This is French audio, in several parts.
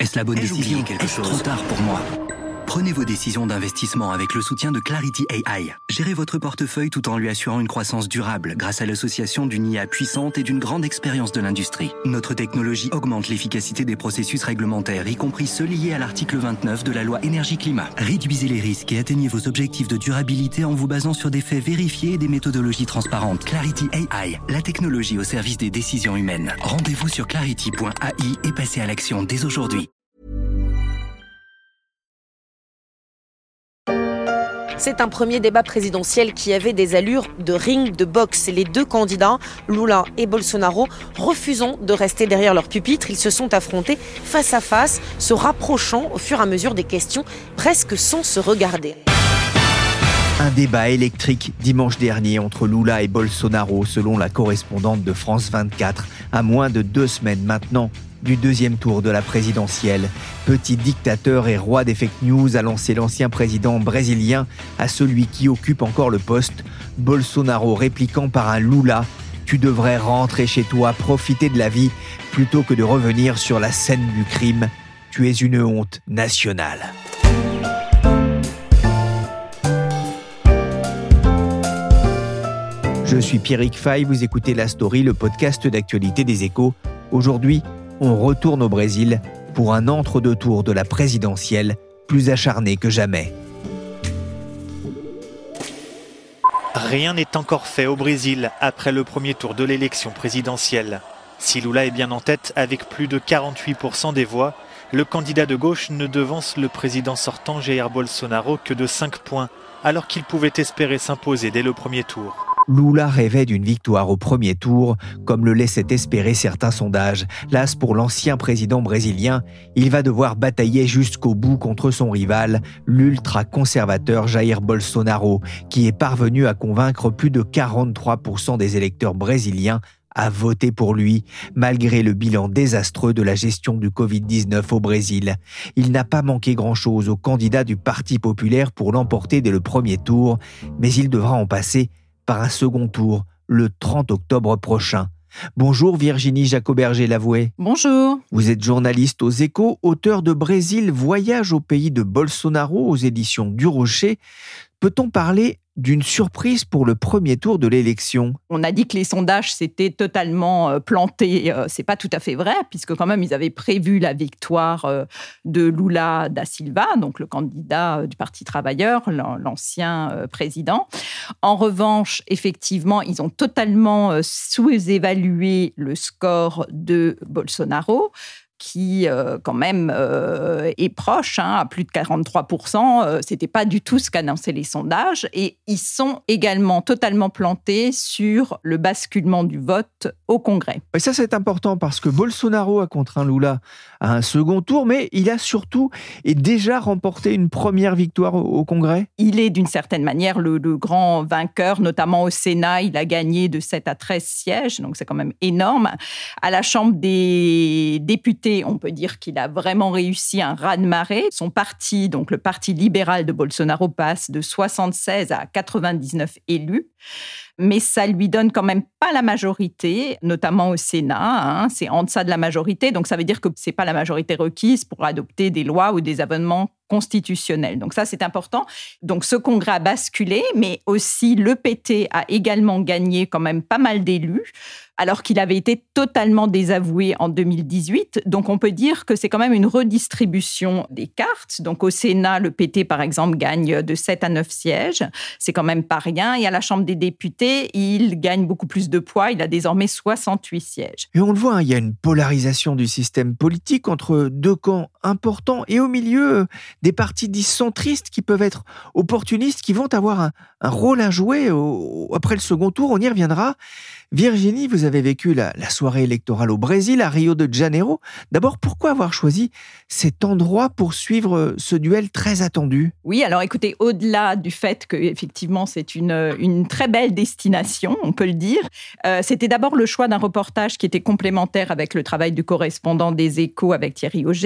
Est-ce la bonne décision? Est-ce trop tard pour moi? Prenez vos décisions d'investissement avec le soutien de Clarity AI. Gérez votre portefeuille tout en lui assurant une croissance durable grâce à l'association d'une IA puissante et d'une grande expérience de l'industrie. Notre technologie augmente l'efficacité des processus réglementaires, y compris ceux liés à l'article 29 de la loi Énergie-Climat. Réduisez les risques et atteignez vos objectifs de durabilité en vous basant sur des faits vérifiés et des méthodologies transparentes. Clarity AI, la technologie au service des décisions humaines. Rendez-vous sur clarity.ai et passez à l'action dès aujourd'hui. C'est un premier débat présidentiel qui avait des allures de ring de boxe. Les deux candidats, Lula et Bolsonaro, refusant de rester derrière leur pupitre, ils se sont affrontés face à face, se rapprochant au fur et à mesure des questions, presque sans se regarder. Un débat électrique dimanche dernier entre Lula et Bolsonaro, selon la correspondante de France 24, à moins de 2 semaines maintenant du deuxième tour de la présidentielle. Petit dictateur et roi des fake news, a lancé l'ancien président brésilien à celui qui occupe encore le poste. Bolsonaro répliquant par un Lula « Tu devrais rentrer chez toi, profiter de la vie, plutôt que de revenir sur la scène du crime. Tu es une honte nationale. » Je suis Pierrick Fay, vous écoutez La Story, le podcast d'actualité des Échos. Aujourd'hui, on retourne au Brésil pour un entre-deux-tours de la présidentielle plus acharné que jamais. Rien n'est encore fait au Brésil après le premier tour de l'élection présidentielle. Si Lula est bien en tête avec plus de 48% des voix, le candidat de gauche ne devance le président sortant Jair Bolsonaro que de 5 points, alors qu'il pouvait espérer s'imposer dès le premier tour. Lula rêvait d'une victoire au premier tour, comme le laissaient espérer certains sondages. Las pour l'ancien président brésilien, il va devoir batailler jusqu'au bout contre son rival, l'ultra-conservateur Jair Bolsonaro, qui est parvenu à convaincre plus de 43% des électeurs brésiliens à voter pour lui, malgré le bilan désastreux de la gestion du Covid-19 au Brésil. Il n'a pas manqué grand-chose au candidat du Parti populaire pour l'emporter dès le premier tour, mais il devra en passer par un second tour, le 30 octobre prochain. Bonjour Virginie Jacoberger-Lavoué. Bonjour. Vous êtes journaliste aux Échos, auteur de Brésil, voyage au pays de Bolsonaro aux éditions du Rocher. Peut-on parler d'une surprise pour le premier tour de l'élection? On a dit que les sondages s'étaient totalement plantés. C'est pas tout à fait vrai, puisque quand même, ils avaient prévu la victoire de Lula da Silva, donc le candidat du Parti travailleur, l'ancien président. En revanche, effectivement, ils ont totalement sous-évalué le score de Bolsonaro, qui quand même est proche, à plus de 43%. C'était pas du tout ce qu'annonçaient les sondages. Et ils sont également totalement plantés sur le basculement du vote au Congrès. Et ça, c'est important parce que Bolsonaro a contraint Lula à un second tour, mais il a surtout et déjà remporté une première victoire au Congrès. Il est d'une certaine manière le grand vainqueur, notamment au Sénat. Il a gagné de 7 à 13 sièges, donc c'est quand même énorme. À la Chambre des députés, on peut dire qu'il a vraiment réussi un raz-de-marée. Son parti, donc le Parti libéral de Bolsonaro, passe de 76 à 99 élus. Mais ça lui donne quand même pas la majorité, notamment au Sénat. C'est en deçà de la majorité, donc ça veut dire que c'est pas la majorité requise pour adopter des lois ou des amendements constitutionnels. Donc ça, c'est important. Donc ce congrès a basculé, mais aussi le PT a également gagné quand même pas mal d'élus, alors qu'il avait été totalement désavoué en 2018. Donc on peut dire que c'est quand même une redistribution des cartes. Donc au Sénat, le PT, par exemple, gagne de 7 à 9 sièges. C'est quand même pas rien. Et à la Chambre des députés, il gagne beaucoup plus de poids. Il a désormais 68 sièges. Et on le voit, il y a une polarisation du système politique entre deux camps importants et au milieu, des partis dits centristes qui peuvent être opportunistes, qui vont avoir un rôle à jouer après le second tour. On y reviendra. Virginie, vous avez vécu la soirée électorale au Brésil, à Rio de Janeiro. D'abord, pourquoi avoir choisi cet endroit pour suivre ce duel très attendu? Oui, alors écoutez, au-delà du fait qu'effectivement c'est une très belle destination, on peut le dire, c'était d'abord le choix d'un reportage qui était complémentaire avec le travail du correspondant des Échos avec Thierry Auger, qui vit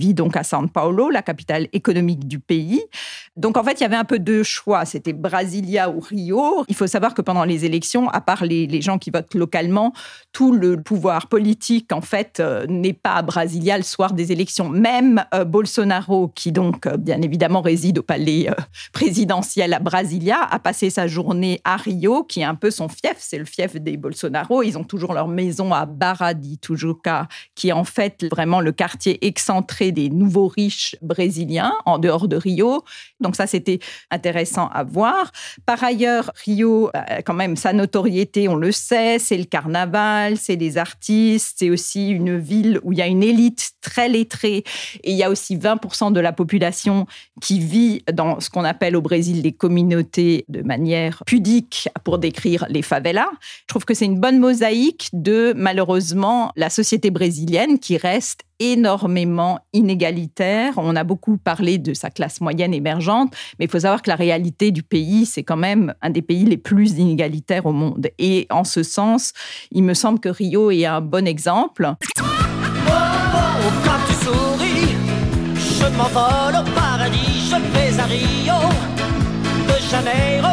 vit donc à São Paulo, la capitale économique du pays. Donc en fait, il y avait un peu deux choix, c'était Brasilia ou Rio. Il faut savoir que pendant les élections, à part les gens qui votent localement, tout le pouvoir politique en fait n'est pas à Brasilia le soir des élections. Même Bolsonaro, qui donc bien évidemment réside au palais présidentiel à Brasilia, a passé sa journée à Rio, qui est un peu son fief, c'est le fief des Bolsonaro. Ils ont toujours leur maison à Barra de Tijuca, qui est en fait vraiment le quartier excentré des nouveaux riches brésiliens, en dehors de Rio. Donc ça, c'était intéressant à voir. Par ailleurs, Rio, quand même, sa notoriété, on le sait, c'est le carnaval, c'est les artistes, c'est aussi une ville où il y a une élite très lettrée et il y a aussi 20% de la population qui vit dans ce qu'on appelle au Brésil les communautés de manière pudique pour décrire les favelas. Je trouve que c'est une bonne mosaïque de, malheureusement, la société brésilienne qui reste énormément inégalitaire. On a beaucoup parlé de sa classe moyenne émergente, mais il faut savoir que la réalité du pays, c'est quand même un des pays les plus inégalitaires au monde. Et en ce sens, il me semble que Rio est un bon exemple. Oh, quand tu souris, je m'envole au paradis, je vais à Rio de Janeiro.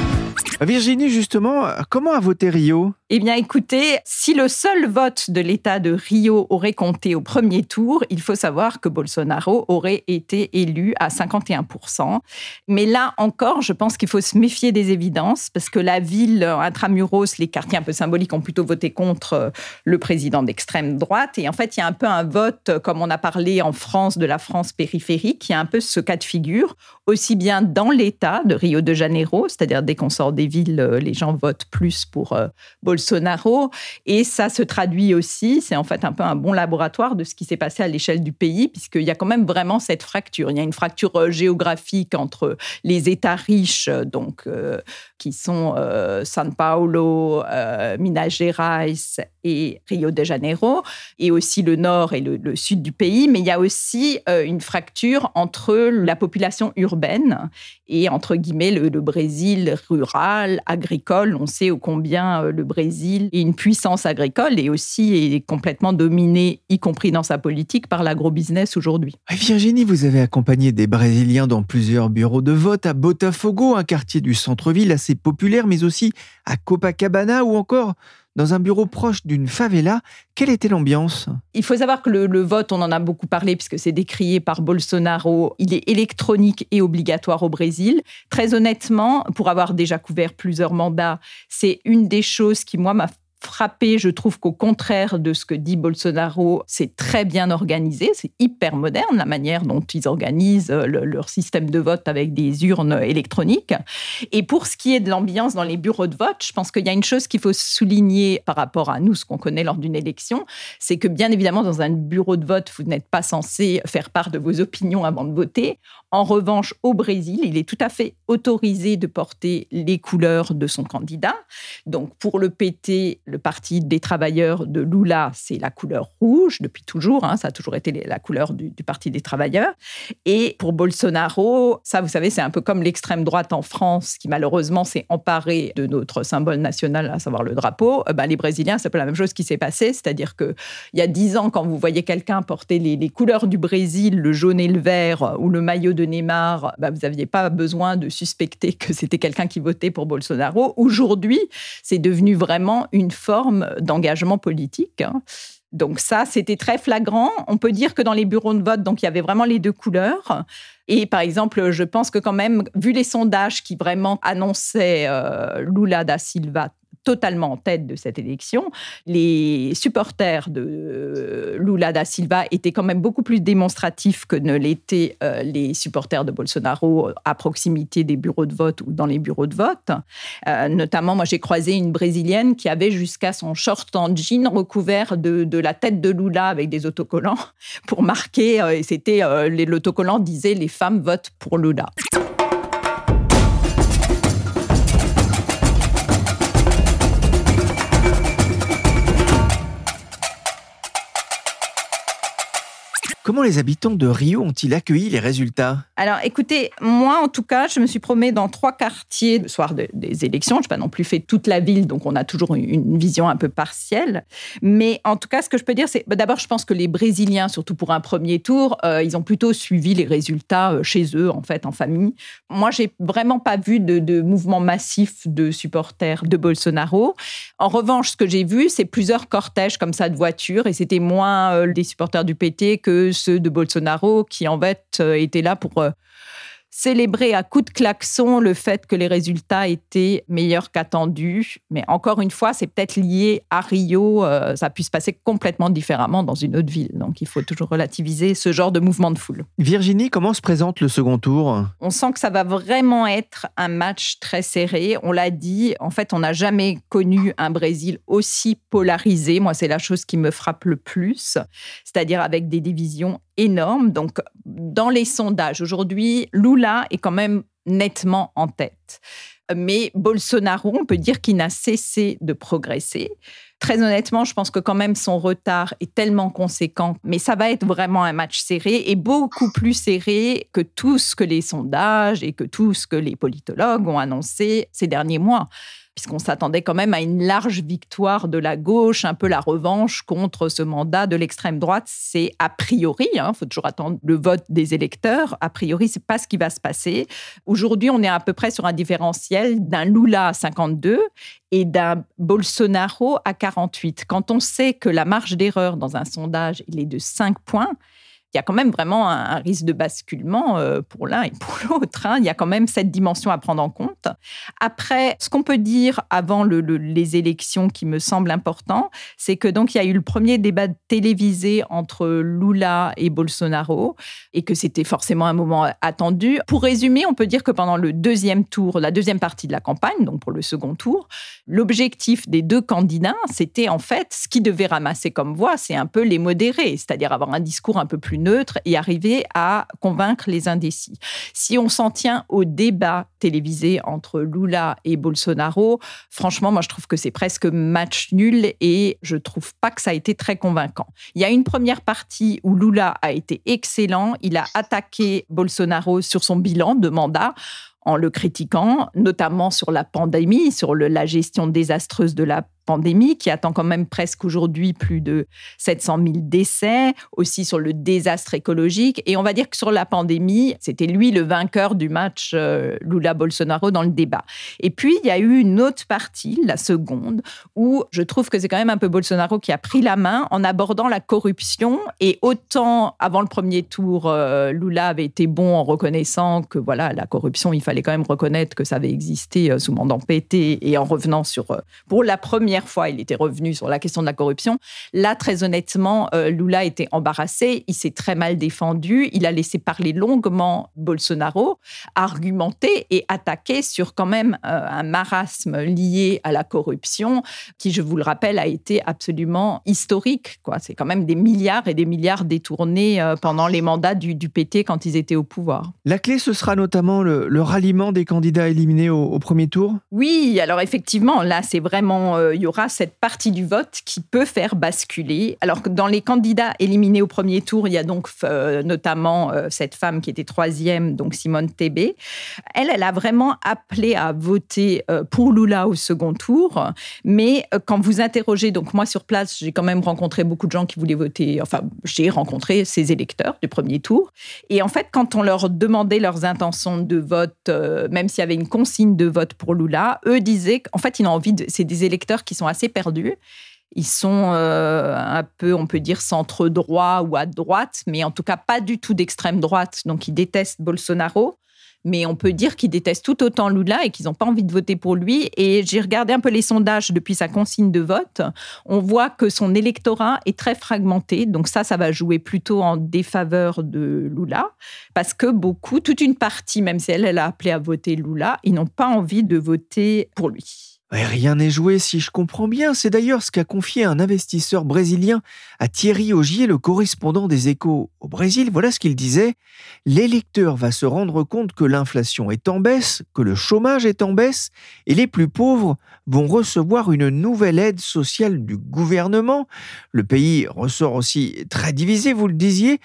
Virginie, justement, comment a voté Rio ? Eh bien, écoutez, si le seul vote de l'État de Rio aurait compté au premier tour, il faut savoir que Bolsonaro aurait été élu à 51%. Mais là encore, je pense qu'il faut se méfier des évidences, parce que la ville intramuros, les quartiers un peu symboliques ont plutôt voté contre le président d'extrême droite. Et en fait, il y a un peu un vote, comme on a parlé en France, de la France périphérique. Il y a un peu ce cas de figure, aussi bien dans l'État de Rio de Janeiro, c'est-à-dire dès qu'on sort des villes, les gens votent plus pour Bolsonaro. Et ça se traduit aussi, c'est en fait un peu un bon laboratoire de ce qui s'est passé à l'échelle du pays, puisqu'il y a quand même vraiment cette fracture. Il y a une fracture géographique entre les États riches, donc, qui sont São Paulo, Minas Gerais et Rio de Janeiro, et aussi le nord et le sud du pays. Mais il y a aussi une fracture entre la population urbaine et, entre guillemets, le Brésil rural, agricole. On sait ô combien le Brésil est une puissance agricole et aussi est complètement dominé, y compris dans sa politique, par l'agrobusiness aujourd'hui. Virginie, vous avez accompagné des Brésiliens dans plusieurs bureaux de vote à Botafogo, un quartier du centre-ville assez populaire, mais aussi à Copacabana ou encore dans un bureau proche d'une favela. Quelle était l'ambiance ? Il faut savoir que le vote, on en a beaucoup parlé puisque c'est décrié par Bolsonaro, il est électronique et obligatoire au Brésil. Très honnêtement, pour avoir déjà couvert plusieurs mandats, c'est une des choses qui, moi, m'a frappé. Je trouve qu'au contraire de ce que dit Bolsonaro, c'est très bien organisé, c'est hyper moderne la manière dont ils organisent leur système de vote avec des urnes électroniques. Et pour ce qui est de l'ambiance dans les bureaux de vote, je pense qu'il y a une chose qu'il faut souligner par rapport à nous, ce qu'on connaît lors d'une élection, c'est que bien évidemment dans un bureau de vote, vous n'êtes pas censé faire part de vos opinions avant de voter. En revanche, au Brésil, il est tout à fait autorisé de porter les couleurs de son candidat. Donc pour le PT, le Parti des travailleurs de Lula, c'est la couleur rouge depuis toujours. Ça a toujours été la couleur du Parti des travailleurs. Et pour Bolsonaro, ça, vous savez, c'est un peu comme l'extrême droite en France qui, malheureusement, s'est emparée de notre symbole national, à savoir le drapeau. Les Brésiliens, c'est un peu la même chose qui s'est passée. C'est-à-dire qu'il y a 10 ans, quand vous voyez quelqu'un porter les couleurs du Brésil, le jaune et le vert, ou le maillot de Neymar, vous n'aviez pas besoin de suspecter que c'était quelqu'un qui votait pour Bolsonaro. Aujourd'hui, c'est devenu vraiment une forme d'engagement politique. Donc ça, c'était très flagrant. On peut dire que dans les bureaux de vote, donc, il y avait vraiment les deux couleurs. Et par exemple, je pense que quand même, vu les sondages qui vraiment annonçaient Lula da Silva totalement en tête de cette élection, les supporters de Lula da Silva étaient quand même beaucoup plus démonstratifs que ne l'étaient les supporters de Bolsonaro à proximité des bureaux de vote ou dans les bureaux de vote. Notamment, moi, j'ai croisé une Brésilienne qui avait jusqu'à son short en jean recouvert de la tête de Lula avec des autocollants pour marquer, et c'était, l'autocollant disait « Les femmes votent pour Lula ». Comment les habitants de Rio ont-ils accueilli les résultats ? Alors, écoutez, moi, en tout cas, je me suis promenée dans 3 quartiers le soir des élections. Je n'ai pas non plus fait toute la ville, donc on a toujours une vision un peu partielle. Mais en tout cas, ce que je peux dire, c'est... d'abord, je pense que les Brésiliens, surtout pour un premier tour, ils ont plutôt suivi les résultats chez eux, en fait, en famille. Moi, je n'ai vraiment pas vu de mouvement massif de supporters de Bolsonaro. En revanche, ce que j'ai vu, c'est plusieurs cortèges comme ça de voitures, et c'était moins des supporters du PT que ceux de Bolsonaro qui, en fait, étaient là pour célébrer à coups de klaxon le fait que les résultats étaient meilleurs qu'attendus. Mais encore une fois, c'est peut-être lié à Rio. Ça a pu se passer complètement différemment dans une autre ville. Donc, il faut toujours relativiser ce genre de mouvement de foule. Virginie, comment se présente le second tour ? On sent que ça va vraiment être un match très serré. On l'a dit, en fait, on n'a jamais connu un Brésil aussi polarisé. Moi, c'est la chose qui me frappe le plus, c'est-à-dire avec des divisions énormes. Donc, dans les sondages, aujourd'hui, Lula est quand même nettement en tête. Mais Bolsonaro, on peut dire qu'il n'a cessé de progresser. Très honnêtement, je pense que quand même son retard est tellement conséquent, mais ça va être vraiment un match serré et beaucoup plus serré que tout ce que les sondages et que tout ce que les politologues ont annoncé ces derniers mois, puisqu'on s'attendait quand même à une large victoire de la gauche, un peu la revanche contre ce mandat de l'extrême droite. C'est a priori, faut toujours attendre le vote des électeurs, a priori, c'est pas ce qui va se passer. Aujourd'hui, on est à peu près sur un différentiel d'un Lula à 52 et d'un Bolsonaro à 48. Quand on sait que la marge d'erreur dans un sondage, il est de 5 points, il y a quand même vraiment un risque de basculement pour l'un et pour l'autre. Il y a quand même cette dimension à prendre en compte. Après, ce qu'on peut dire avant les élections qui me semble important, c'est que donc il y a eu le premier débat télévisé entre Lula et Bolsonaro et que c'était forcément un moment attendu. Pour résumer, on peut dire que pendant le deuxième tour, la deuxième partie de la campagne, donc pour le second tour, l'objectif des 2 candidats, c'était en fait ce qui devait ramasser comme voix, c'est un peu les modérés, c'est-à-dire avoir un discours un peu plus neutre et arriver à convaincre les indécis. Si on s'en tient au débat télévisé entre Lula et Bolsonaro, franchement, moi, je trouve que c'est presque match nul et je trouve pas que ça a été très convaincant. Il y a une première partie où Lula a été excellent. Il a attaqué Bolsonaro sur son bilan de mandat en le critiquant, notamment sur la pandémie, sur la gestion désastreuse de la pandémie, qui attend quand même presque aujourd'hui plus de 700 000 décès, aussi sur le désastre écologique. Et on va dire que sur la pandémie, c'était lui le vainqueur du match Lula-Bolsonaro dans le débat. Et puis, il y a eu une autre partie, la seconde, où je trouve que c'est quand même un peu Bolsonaro qui a pris la main en abordant la corruption. Et autant, avant le premier tour, Lula avait été bon en reconnaissant que voilà, la corruption, il fallait quand même reconnaître que ça avait existé sous mandat PT et en revenant sur... pour la première fois, il était revenu sur la question de la corruption. Là, très honnêtement, Lula était embarrassé. Il s'est très mal défendu. Il a laissé parler longuement Bolsonaro, argumenter et attaquer sur quand même un marasme lié à la corruption qui, je vous le rappelle, a été absolument historique, quoi. C'est quand même des milliards et des milliards détournés pendant les mandats du PT quand ils étaient au pouvoir. La clé, ce sera notamment le ralliement des candidats éliminés au premier tour ? Oui, alors effectivement, là, c'est vraiment... il y aura cette partie du vote qui peut faire basculer. Alors que dans les candidats éliminés au premier tour, il y a donc notamment cette femme qui était 3e, donc Simone Tebet. Elle a vraiment appelé à voter pour Lula au second tour. Mais quand vous interrogez, donc moi sur place, j'ai quand même rencontré beaucoup de gens qui voulaient voter, enfin, j'ai rencontré ces électeurs du premier tour. Et en fait, quand on leur demandait leurs intentions de vote, même s'il y avait une consigne de vote pour Lula, eux disaient qu'en fait, ils ont envie c'est des électeurs qui sont assez perdus. Ils sont un peu, on peut dire, centre-droit ou à droite, mais en tout cas pas du tout d'extrême droite. Donc, ils détestent Bolsonaro. Mais on peut dire qu'ils détestent tout autant Lula et qu'ils n'ont pas envie de voter pour lui. Et j'ai regardé un peu les sondages depuis sa consigne de vote. On voit que son électorat est très fragmenté. Donc ça va jouer plutôt en défaveur de Lula. Parce que toute une partie, même si elle a appelé à voter Lula, ils n'ont pas envie de voter pour lui. Rien n'est joué, si je comprends bien. C'est d'ailleurs ce qu'a confié un investisseur brésilien à Thierry Augier, le correspondant des Échos au Brésil. Voilà ce qu'il disait. L'électeur va se rendre compte que l'inflation est en baisse, que le chômage est en baisse, et les plus pauvres vont recevoir une nouvelle aide sociale du gouvernement. Le pays ressort aussi très divisé, vous le disiez.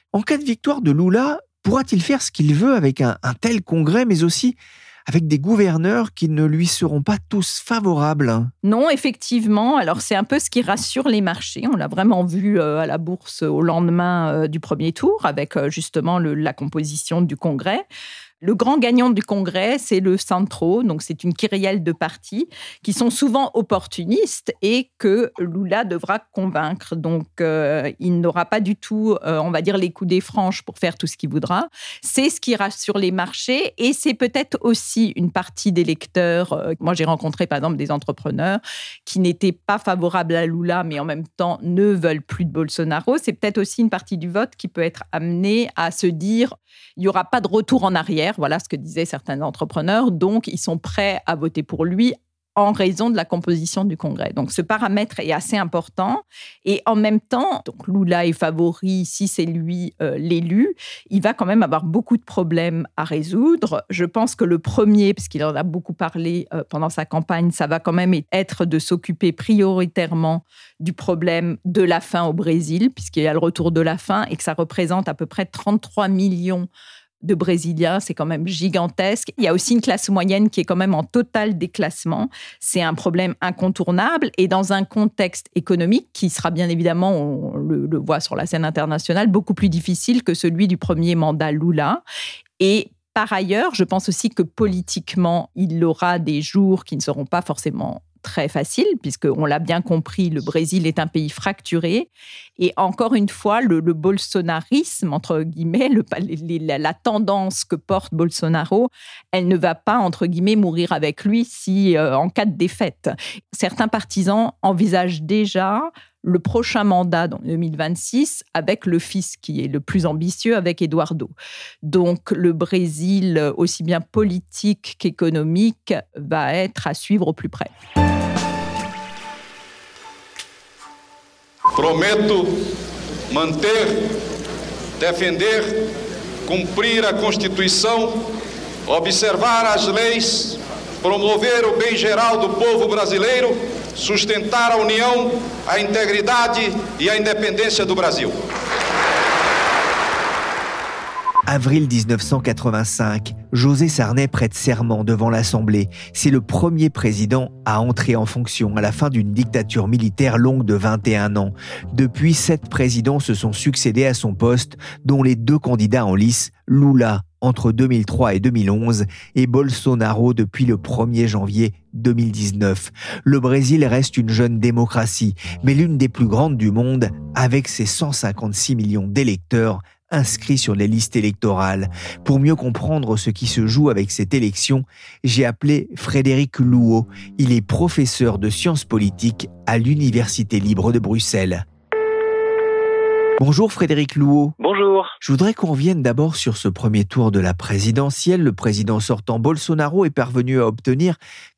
En cas de victoire de Lula, pourra-t-il faire ce qu'il veut avec un tel congrès, mais aussi avec des gouverneurs qui ne lui seront pas tous favorables? Non, effectivement. Alors, c'est un peu ce qui rassure les marchés. On l'a vraiment vu à la bourse au lendemain du premier tour, avec justement la composition du Congrès. Le grand gagnant du Congrès, c'est le Centro, donc c'est une kyrielle de partis qui sont souvent opportunistes et que Lula devra convaincre. Donc, il n'aura pas du tout, on va dire, les coudées franches pour faire tout ce qu'il voudra. C'est ce qui rassure les marchés et c'est peut-être aussi une partie des lecteurs. Moi, j'ai rencontré, par exemple, des entrepreneurs qui n'étaient pas favorables à Lula, mais en même temps ne veulent plus de Bolsonaro. C'est peut-être aussi une partie du vote qui peut être amenée à se dire il n'y aura pas de retour en arrière. Voilà ce que disaient certains entrepreneurs. Donc, ils sont prêts à voter pour lui en raison de la composition du Congrès. Donc, ce paramètre est assez important. Et en même temps, donc Lula est favori, si c'est lui l'élu, il va quand même avoir beaucoup de problèmes à résoudre. Je pense que le premier, puisqu'il en a beaucoup parlé pendant sa campagne, ça va quand même être de s'occuper prioritairement du problème de la faim au Brésil, puisqu'il y a le retour de la faim et que ça représente à peu près 33 millions de Brésiliens, c'est quand même gigantesque. Il y a aussi une classe moyenne qui est quand même en total déclassement. C'est un problème incontournable et dans un contexte économique qui sera bien évidemment, on le voit sur la scène internationale, beaucoup plus difficile que celui du premier mandat Lula. Et par ailleurs, je pense aussi que politiquement, il aura des jours qui ne seront pas forcément très facile, puisqu'on l'a bien compris, le Brésil est un pays fracturé. Et encore une fois, le bolsonarisme, entre guillemets, la tendance que porte Bolsonaro, elle ne va pas, entre guillemets, mourir avec lui en cas de défaite. Certains partisans envisagent déjà le prochain mandat, donc 2026, avec le fils qui est le plus ambitieux, avec Eduardo. Donc, le Brésil, aussi bien politique qu'économique, va être à suivre au plus près. Prometo manter, defender, cumprir a Constituição, observar as leis, promover o bem geral do povo brasileiro, sustentar a união, a integridade e a independência do Brasil. Avril 1985, José Sarney prête serment devant l'Assemblée. C'est le premier président à entrer en fonction à la fin d'une dictature militaire longue de 21 ans. Depuis, 7 présidents se sont succédés à son poste, dont les 2 candidats en lice, Lula entre 2003 et 2011 et Bolsonaro depuis le 1er janvier 2019. Le Brésil reste une jeune démocratie, mais l'une des plus grandes du monde, avec ses 156 millions d'électeurs inscrits sur les listes électorales. Pour mieux comprendre ce qui se joue avec cette élection, j'ai appelé Frédéric Louot. Il est professeur de sciences politiques à l'Université libre de Bruxelles. Bonjour Frédéric Louot. Bonjour. Je voudrais qu'on revienne d'abord sur ce premier tour de la présidentielle. Le président sortant Bolsonaro est parvenu à obtenir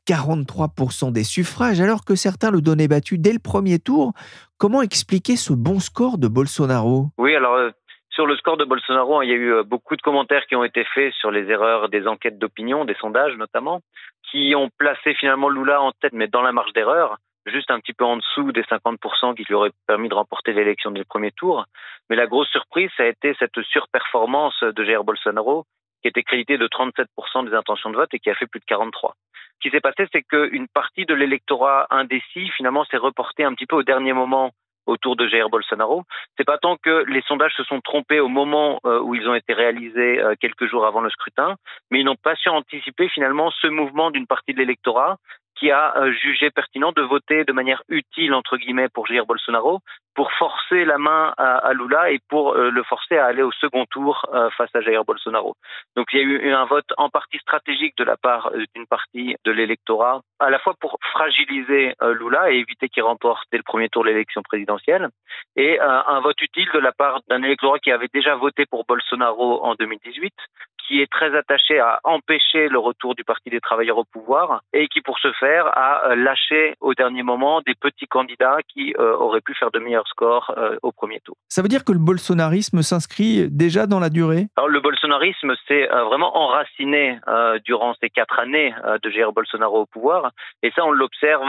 43% des suffrages, alors que certains le donnaient battu dès le premier tour. Comment expliquer ce bon score de Bolsonaro ? Oui, alors sur le score de Bolsonaro, il y a eu beaucoup de commentaires qui ont été faits sur les erreurs des enquêtes d'opinion, des sondages notamment, qui ont placé finalement Lula en tête, mais dans la marge d'erreur, juste un petit peu en dessous des 50% qui lui auraient permis de remporter l'élection dès le premier tour. Mais la grosse surprise, ça a été cette surperformance de Jair Bolsonaro, qui était crédité de 37% des intentions de vote et qui a fait plus de 43%. Ce qui s'est passé, c'est qu'une partie de l'électorat indécis, finalement, s'est reportée un petit peu au dernier moment autour de Jair Bolsonaro. C'est pas tant que les sondages se sont trompés au moment où ils ont été réalisés quelques jours avant le scrutin, mais ils n'ont pas su anticiper finalement ce mouvement d'une partie de l'électorat qui a jugé pertinent de voter de manière utile, entre guillemets, pour Jair Bolsonaro, pour forcer la main à Lula et pour le forcer à aller au second tour face à Jair Bolsonaro. Donc il y a eu un vote en partie stratégique de la part d'une partie de l'électorat, à la fois pour fragiliser Lula et éviter qu'il remporte dès le premier tour l'élection présidentielle, et un vote utile de la part d'un électorat qui avait déjà voté pour Bolsonaro en 2018, qui est très attaché à empêcher le retour du Parti des travailleurs au pouvoir et qui, pour ce faire, a lâché au dernier moment des petits candidats qui auraient pu faire de meilleurs scores au premier tour. Ça veut dire que le bolsonarisme s'inscrit déjà dans la durée ? Alors, le bolsonarisme s'est vraiment enraciné durant ces 4 années de Jair Bolsonaro au pouvoir, et ça, on l'observe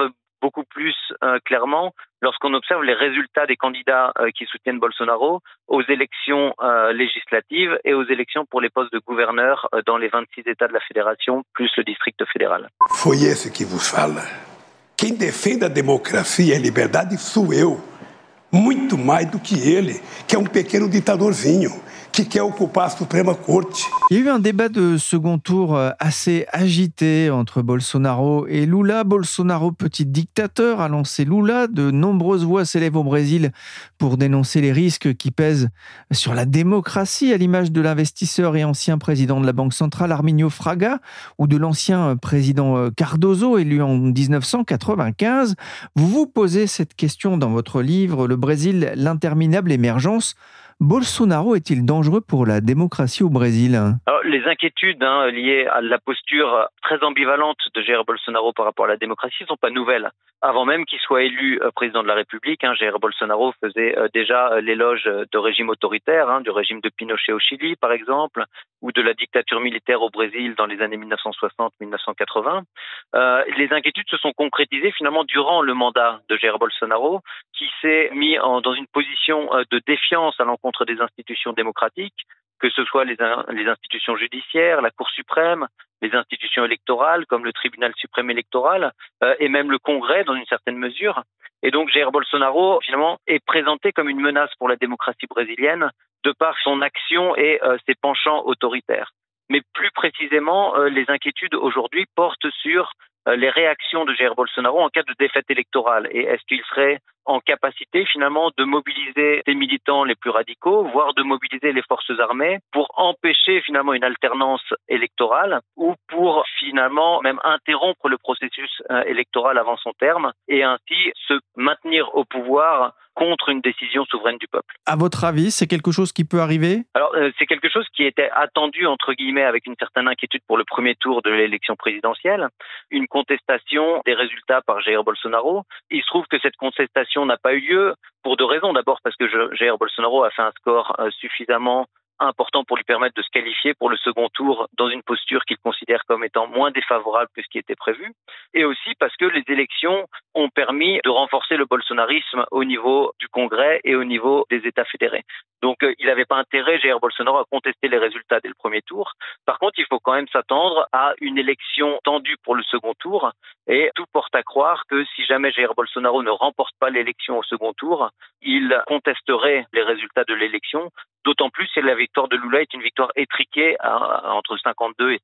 beaucoup plus clairement lorsqu'on observe les résultats des candidats qui soutiennent Bolsonaro aux élections législatives et aux élections pour les postes de gouverneur dans les 26 États de la Fédération, plus le district fédéral. Foi esse que vos fala. Quem defende a democracia e a liberdade sou eu. Muito mais do que ele, que é pequeno ditadorzinho, qui quer occuper la Supreme Corte. Il y a eu un débat de second tour assez agité entre Bolsonaro et Lula. Bolsonaro, petit dictateur, a lancé Lula. De nombreuses voix s'élèvent au Brésil pour dénoncer les risques qui pèsent sur la démocratie, à l'image de l'investisseur et ancien président de la Banque centrale Arminio Fraga ou de l'ancien président Cardoso, élu en 1995. Vous vous posez cette question dans votre livre « Le Brésil, l'interminable émergence ». Bolsonaro est-il dangereux pour la démocratie au Brésil ? Alors, les inquiétudes liées à la posture très ambivalente de Jair Bolsonaro par rapport à la démocratie ne sont pas nouvelles. Avant même qu'il soit élu président de la République, Jair Bolsonaro faisait déjà l'éloge de régimes autoritaires, du régime de Pinochet au Chili par exemple, ou de la dictature militaire au Brésil dans les années 1960-1980. Les inquiétudes se sont concrétisées finalement durant le mandat de Jair Bolsonaro, qui s'est mis dans une position de défiance à l'encontre des institutions démocratiques, que ce soit les institutions judiciaires, la Cour suprême, les institutions électorales comme le Tribunal suprême électoral et même le Congrès dans une certaine mesure. Et donc Jair Bolsonaro finalement est présenté comme une menace pour la démocratie brésilienne de par son action et ses penchants autoritaires. Mais plus précisément, les inquiétudes aujourd'hui portent sur les réactions de Jair Bolsonaro en cas de défaite électorale. Et est-ce qu'il serait en capacité finalement de mobiliser ses militants les plus radicaux, voire de mobiliser les forces armées pour empêcher finalement une alternance électorale ou pour finalement même interrompre le processus électoral avant son terme et ainsi se maintenir au pouvoir contre une décision souveraine du peuple. À votre avis, c'est quelque chose qui peut arriver ? Alors, c'est quelque chose qui était attendu, entre guillemets, avec une certaine inquiétude pour le premier tour de l'élection présidentielle. Une contestation des résultats par Jair Bolsonaro. Il se trouve que cette contestation n'a pas eu lieu pour deux raisons. D'abord parce que Jair Bolsonaro a fait un score suffisamment important pour lui permettre de se qualifier pour le second tour dans une posture qu'il considère comme étant moins défavorable que ce qui était prévu. Et aussi parce que les élections ont permis de renforcer le bolsonarisme au niveau du Congrès et au niveau des États fédérés. Donc il n'avait pas intérêt, Jair Bolsonaro, à contester les résultats dès le premier tour. Par contre, il faut quand même s'attendre à une élection tendue pour le second tour. Et tout porte à croire que si jamais Jair Bolsonaro ne remporte pas l'élection au second tour, il contesterait les résultats de l'élection. D'autant plus si la victoire de Lula est une victoire étriquée entre 52 et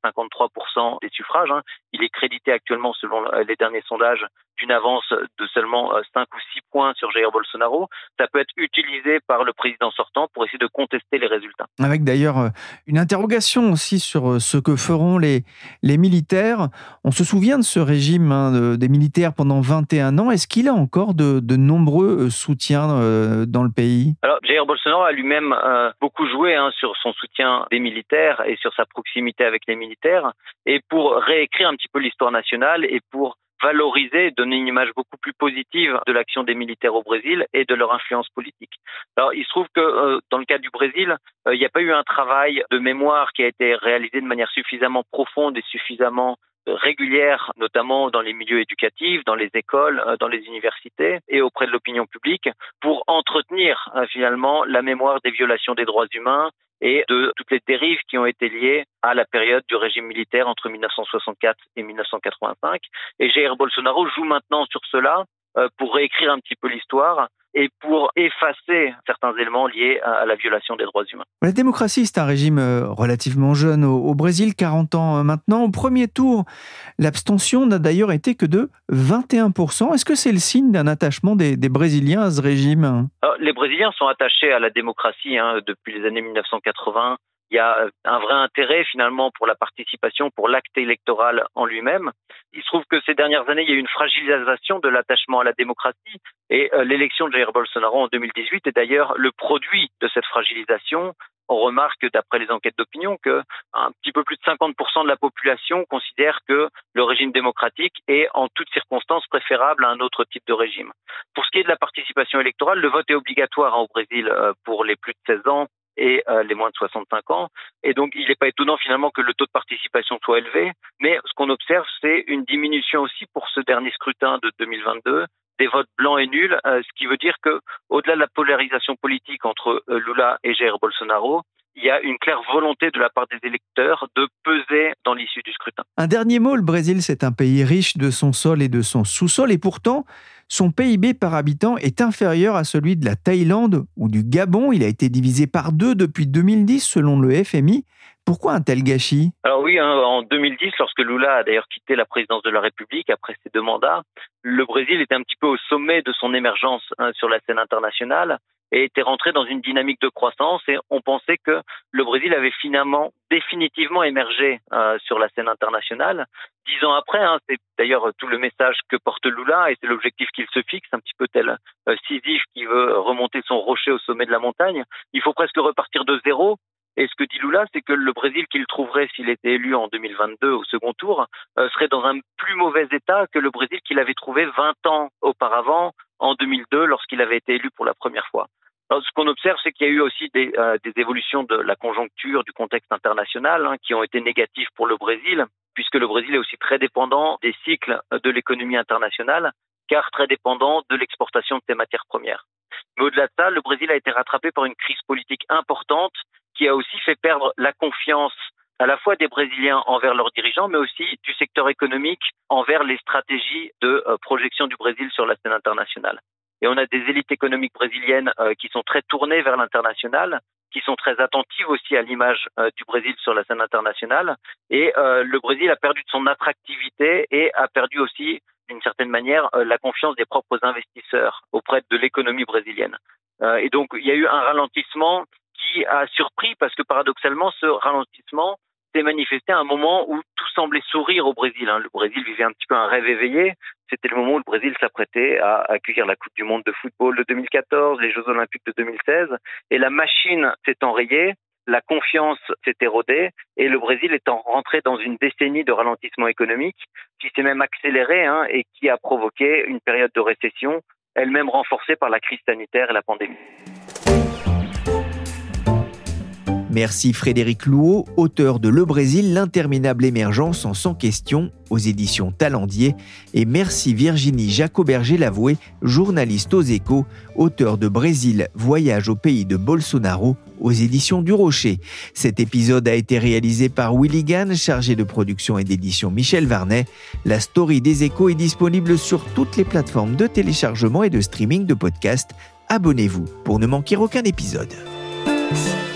53% des suffrages. Il est crédité actuellement, selon les derniers sondages, d'une avance de seulement 5 ou 6 points sur Jair Bolsonaro. Ça peut être utilisé par le président sortant pour essayer de contester les résultats. Avec d'ailleurs une interrogation aussi sur ce que feront les militaires. On se souvient de ce régime des militaires pendant 21 ans. Est-ce qu'il a encore de nombreux soutiens dans le pays ? Alors, Jair Bolsonaro a lui-même beaucoup joué sur son soutien des militaires et sur sa proximité avec les militaires, et pour réécrire un petit peu l'histoire nationale et pour valoriser, donner une image beaucoup plus positive de l'action des militaires au Brésil et de leur influence politique. Alors, il se trouve que dans le cas du Brésil, il n'y a pas eu un travail de mémoire qui a été réalisé de manière suffisamment profonde et suffisamment régulière, notamment dans les milieux éducatifs, dans les écoles, dans les universités et auprès de l'opinion publique, pour entretenir finalement la mémoire des violations des droits humains et de toutes les dérives qui ont été liées à la période du régime militaire entre 1964 et 1985. Et Jair Bolsonaro joue maintenant sur cela pour réécrire un petit peu l'histoire et pour effacer certains éléments liés à la violation des droits humains. La démocratie, c'est un régime relativement jeune au Brésil, 40 ans maintenant. Au premier tour, l'abstention n'a d'ailleurs été que de 21%. Est-ce que c'est le signe d'un attachement des Brésiliens à ce régime ? Alors, les Brésiliens sont attachés à la démocratie depuis les années 1980. Il y a un vrai intérêt finalement pour la participation, pour l'acte électoral en lui-même. Il se trouve que ces dernières années, il y a eu une fragilisation de l'attachement à la démocratie et l'élection de Jair Bolsonaro en 2018 est d'ailleurs le produit de cette fragilisation. On remarque, d'après les enquêtes d'opinion, que un petit peu plus de 50% de la population considère que le régime démocratique est en toutes circonstances préférable à un autre type de régime. Pour ce qui est de la participation électorale, le vote est obligatoire au Brésil pour les plus de 16 ans et les moins de 65 ans. Et donc, il n'est pas étonnant finalement que le taux de participation soit élevé. Mais ce qu'on observe, c'est une diminution aussi pour ce dernier scrutin de 2022 des votes blancs et nuls, ce qui veut dire que, au-delà de la polarisation politique entre Lula et Jair Bolsonaro, il y a une claire volonté de la part des électeurs de peser dans l'issue du scrutin. Un dernier mot, le Brésil, c'est un pays riche de son sol et de son sous-sol, et pourtant, son PIB par habitant est inférieur à celui de la Thaïlande ou du Gabon. Il a été divisé par 2 depuis 2010, selon le FMI. Pourquoi un tel gâchis ? Alors oui, en 2010, lorsque Lula a d'ailleurs quitté la présidence de la République après ses 2 mandats, le Brésil était un petit peu au sommet de son émergence sur la scène internationale et était rentré dans une dynamique de croissance, et on pensait que le Brésil avait finalement définitivement émergé sur la scène internationale. 10 ans après, c'est d'ailleurs tout le message que porte Lula, et c'est l'objectif qu'il se fixe, un petit peu tel Sisyphe qui veut remonter son rocher au sommet de la montagne. Il faut presque repartir de zéro. Et ce que dit Lula, c'est que le Brésil qu'il trouverait s'il était élu en 2022 au second tour serait dans un plus mauvais état que le Brésil qu'il avait trouvé 20 ans auparavant, en 2002, lorsqu'il avait été élu pour la première fois. Alors, ce qu'on observe, c'est qu'il y a eu aussi des évolutions de la conjoncture, du contexte international, qui ont été négatives pour le Brésil, puisque le Brésil est aussi très dépendant des cycles de l'économie internationale, car très dépendant de l'exportation de ses matières premières. Mais au-delà de ça, le Brésil a été rattrapé par une crise politique importante qui a aussi fait perdre la confiance à la fois des Brésiliens envers leurs dirigeants, mais aussi du secteur économique envers les stratégies de projection du Brésil sur la scène internationale. Et on a des élites économiques brésiliennes qui sont très tournées vers l'international, qui sont très attentives aussi à l'image du Brésil sur la scène internationale. Et le Brésil a perdu de son attractivité et a perdu aussi, d'une certaine manière, la confiance des propres investisseurs auprès de l'économie brésilienne. Et donc, il y a eu un ralentissement qui a surpris, parce que paradoxalement, ce ralentissement s'est manifesté à un moment où tout semblait sourire au Brésil. Le Brésil vivait un petit peu un rêve éveillé. C'était le moment où le Brésil s'apprêtait à accueillir la Coupe du Monde de football de 2014, les Jeux Olympiques de 2016. Et la machine s'est enrayée, la confiance s'est érodée, et le Brésil est rentré dans une décennie de ralentissement économique qui s'est même accélérée et qui a provoqué une période de récession, elle-même renforcée par la crise sanitaire et la pandémie. Merci Frédéric Louot, auteur de Le Brésil, l'interminable émergence en 100 questions aux éditions Talendier. Et merci Virginie Jacoberger-Lavoué, journaliste aux Échos, auteur de Brésil, voyage au pays de Bolsonaro aux éditions du Rocher. Cet épisode a été réalisé par Willy Gann, chargé de production et d'édition Michel Varnet. La story des Échos est disponible sur toutes les plateformes de téléchargement et de streaming de podcasts. Abonnez-vous pour ne manquer aucun épisode.